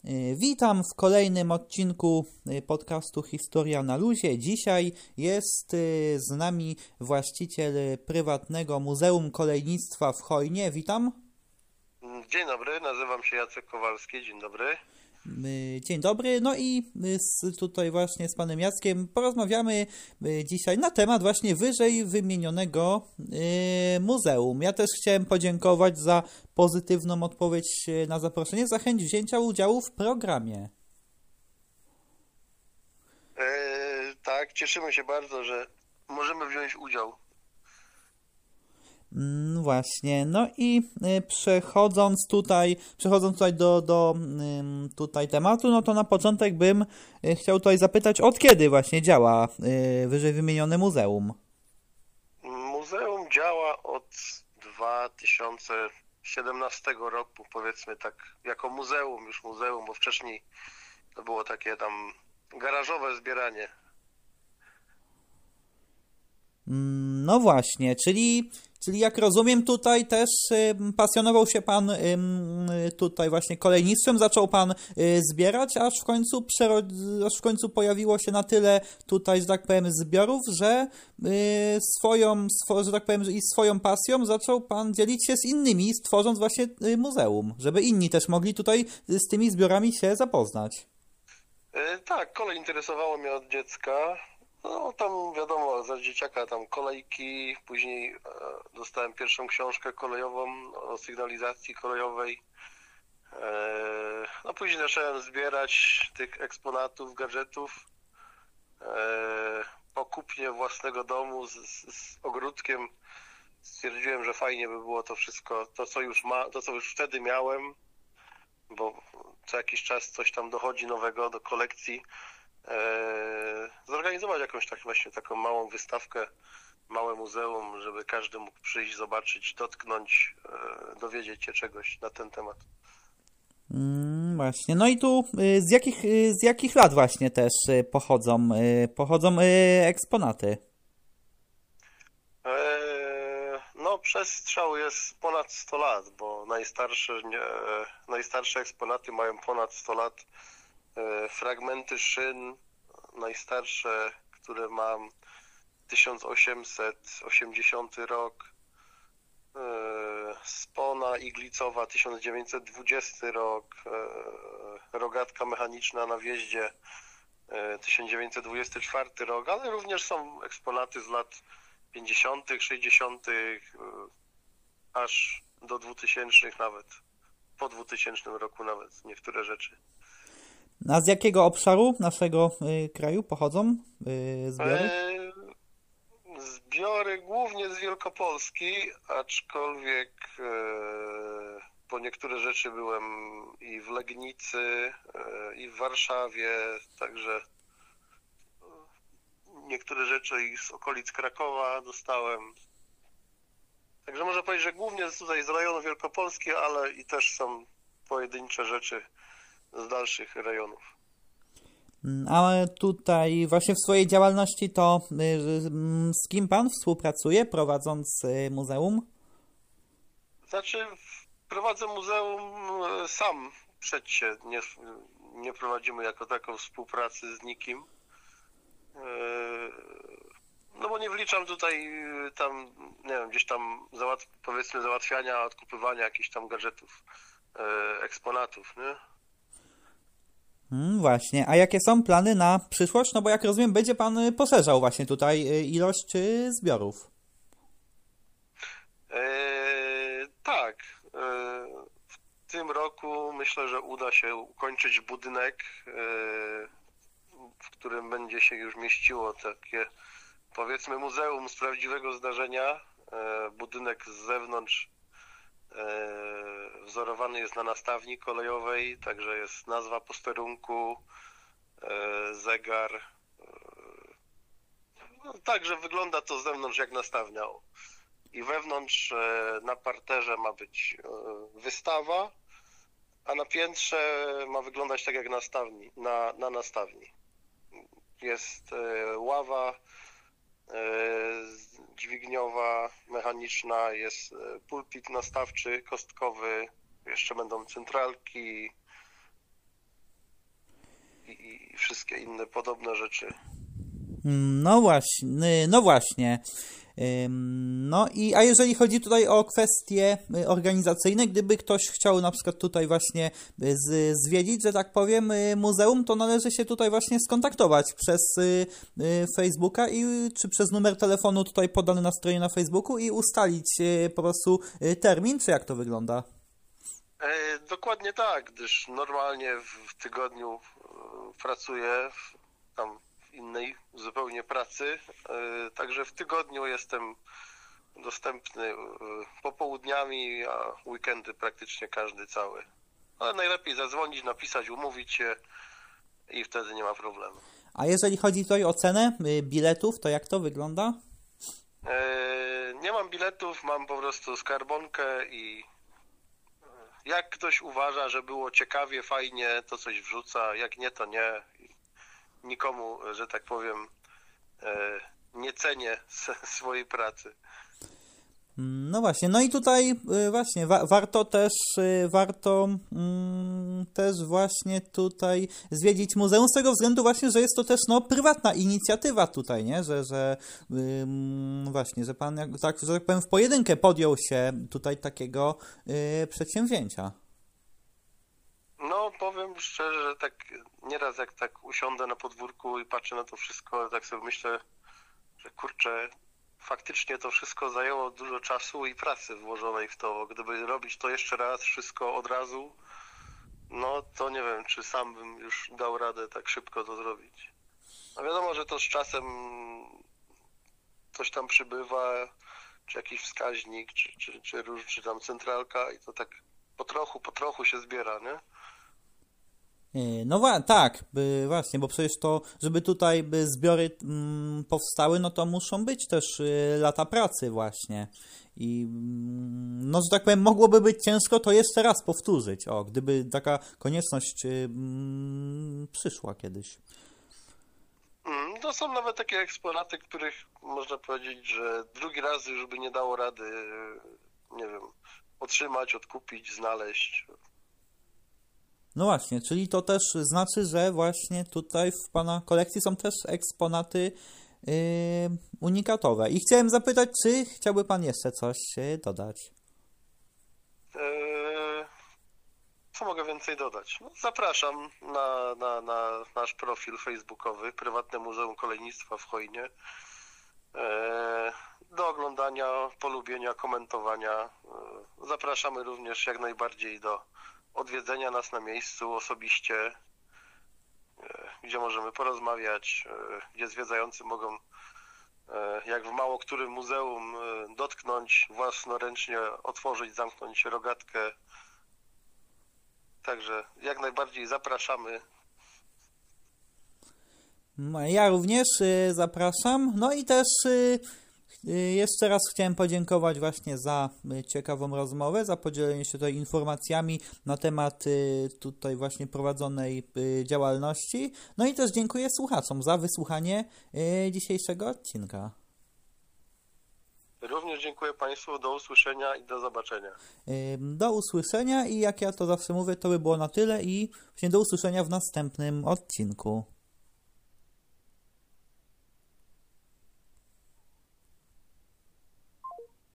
Witam w kolejnym odcinku podcastu Historia na luzie. Dzisiaj jest z nami właściciel prywatnego Muzeum Kolejnictwa w Chojnie. Witam. Dzień dobry, nazywam się Jacek Kowalski, dzień dobry. Dzień dobry, no i tutaj właśnie z panem Jackiem porozmawiamy dzisiaj na temat właśnie wyżej wymienionego muzeum. Ja też chciałem podziękować za pozytywną odpowiedź na zaproszenie, za chęć wzięcia udziału w programie. Tak, cieszymy się bardzo, że możemy wziąć udział. Właśnie, no i przechodząc tutaj do tutaj tematu, no to na początek bym chciał tutaj zapytać, od kiedy właśnie działa wyżej wymienione muzeum? Muzeum działa od 2017 roku, powiedzmy tak, jako muzeum, bo wcześniej to było takie tam garażowe zbieranie. No właśnie, czyli jak rozumiem tutaj też pasjonował się pan tutaj właśnie kolejnictwem, zaczął pan zbierać, aż w końcu pojawiło się na tyle tutaj, że tak powiem, zbiorów, że że tak powiem, i swoją pasją zaczął pan dzielić się z innymi, stworząc właśnie muzeum, żeby inni też mogli tutaj z tymi zbiorami się zapoznać. Tak, kolej interesowało mnie od dziecka. No tam wiadomo, za dzieciaka tam kolejki, później dostałem pierwszą książkę kolejową o sygnalizacji kolejowej. No później zacząłem zbierać tych eksponatów, gadżetów. Po kupnie własnego domu z ogródkiem stwierdziłem, że fajnie by było to wszystko, to co już wtedy miałem, bo co jakiś czas coś tam dochodzi nowego do kolekcji. Zorganizować jakąś taką małą wystawkę, małe muzeum, żeby każdy mógł przyjść, zobaczyć, dotknąć, dowiedzieć się czegoś na ten temat. Właśnie, no i tu z jakich lat właśnie też pochodzą eksponaty? No przestrzał jest ponad 100 lat, bo najstarsze eksponaty mają ponad 100 lat. Fragmenty szyn, najstarsze, które mam, 1880 rok, spona iglicowa, 1920 rok, rogatka mechaniczna na wjeździe, 1924 rok, ale również są eksponaty z lat 50., 60., aż do 2000 nawet, po 2000 roku nawet niektóre rzeczy. A z jakiego obszaru naszego kraju pochodzą zbiory? Zbiory głównie z Wielkopolski, aczkolwiek po niektóre rzeczy byłem i w Legnicy, i w Warszawie, także niektóre rzeczy i z okolic Krakowa dostałem. Także można powiedzieć, że głównie tutaj z rejonu Wielkopolski, ale i też są pojedyncze rzeczy z dalszych rejonów. Ale tutaj właśnie w swojej działalności to z kim pan współpracuje, prowadząc muzeum? Znaczy, prowadzę muzeum sam przecie, nie prowadzimy jako taką współpracy z nikim. No bo nie wliczam tutaj tam, nie wiem, gdzieś tam powiedzmy załatwiania, odkupywania jakichś tam gadżetów, eksponatów, nie? Właśnie, a jakie są plany na przyszłość? No bo jak rozumiem, będzie pan poszerzał właśnie tutaj ilość zbiorów. Tak. W tym roku myślę, że uda się ukończyć budynek, w którym będzie się już mieściło takie, powiedzmy, muzeum z prawdziwego zdarzenia. Budynek z zewnątrz wzorowany jest na nastawni kolejowej, także jest nazwa posterunku, zegar. No, także wygląda to z zewnątrz jak nastawnia. I wewnątrz na parterze ma być wystawa, a na piętrze ma wyglądać tak jak na nastawni. Jest ława dźwigniowa, mechaniczna, jest pulpit nastawczy, kostkowy, jeszcze będą centralki, i wszystkie inne podobne rzeczy. No właśnie, no właśnie. No i a jeżeli chodzi tutaj o kwestie organizacyjne, gdyby ktoś chciał na przykład tutaj właśnie zwiedzić, że tak powiem, muzeum, to należy się tutaj właśnie skontaktować przez Facebooka czy przez numer telefonu tutaj podany na stronie na Facebooku i ustalić po prostu termin, czy jak to wygląda? Dokładnie tak, gdyż normalnie w tygodniu pracuję tam w innej zupełnie pracy, także w tygodniu jestem dostępny popołudniami, a weekendy praktycznie każdy cały. Ale najlepiej zadzwonić, napisać, umówić się i wtedy nie ma problemu. A jeżeli chodzi tutaj o cenę biletów, to jak to wygląda? Nie mam biletów, mam po prostu skarbonkę i jak ktoś uważa, że było ciekawie, fajnie, to coś wrzuca, jak nie, to nie. Nikomu, że tak powiem, nie cenię swojej pracy. No właśnie, no i tutaj właśnie warto też właśnie tutaj zwiedzić muzeum z tego względu właśnie, że jest to też no prywatna inicjatywa tutaj, nie? Że właśnie, że pan że tak powiem w pojedynkę podjął się tutaj takiego przedsięwzięcia. No powiem szczerze, że tak nieraz jak tak usiądę na podwórku i patrzę na to wszystko, tak sobie myślę, że kurczę, faktycznie to wszystko zajęło dużo czasu i pracy włożonej w to. Gdyby robić to jeszcze raz, wszystko od razu, no to nie wiem, czy sam bym już dał radę tak szybko to zrobić. No wiadomo, że to z czasem coś tam przybywa, czy jakiś wskaźnik, czy tam centralka i to tak po trochu się zbiera, nie? No tak, właśnie, bo przecież to, żeby tutaj zbiory powstały, no to muszą być też lata pracy właśnie. I no, że tak powiem, mogłoby być ciężko to jeszcze raz powtórzyć, gdyby taka konieczność przyszła kiedyś. To są nawet takie eksponaty, których można powiedzieć, że drugi raz już by nie dało rady, nie wiem, otrzymać, odkupić, znaleźć. No właśnie, czyli to też znaczy, że właśnie tutaj w pana kolekcji są też eksponaty unikatowe. I chciałem zapytać, czy chciałby pan jeszcze coś dodać? Co mogę więcej dodać? No, zapraszam na nasz profil facebookowy Prywatne Muzeum Kolejnictwa w Chojnie do oglądania, polubienia, komentowania. Zapraszamy również jak najbardziej do odwiedzenia nas na miejscu osobiście, gdzie możemy porozmawiać, gdzie zwiedzający mogą, jak w mało którym muzeum, dotknąć własnoręcznie, otworzyć, zamknąć rogatkę. Także jak najbardziej zapraszamy. Ja również zapraszam. No i też jeszcze raz chciałem podziękować właśnie za ciekawą rozmowę, za podzielenie się tutaj informacjami na temat tutaj właśnie prowadzonej działalności. No i też dziękuję słuchaczom za wysłuchanie dzisiejszego odcinka. Również dziękuję Państwu, do usłyszenia i do zobaczenia. Do usłyszenia i jak ja to zawsze mówię, to by było na tyle i właśnie do usłyszenia w następnym odcinku.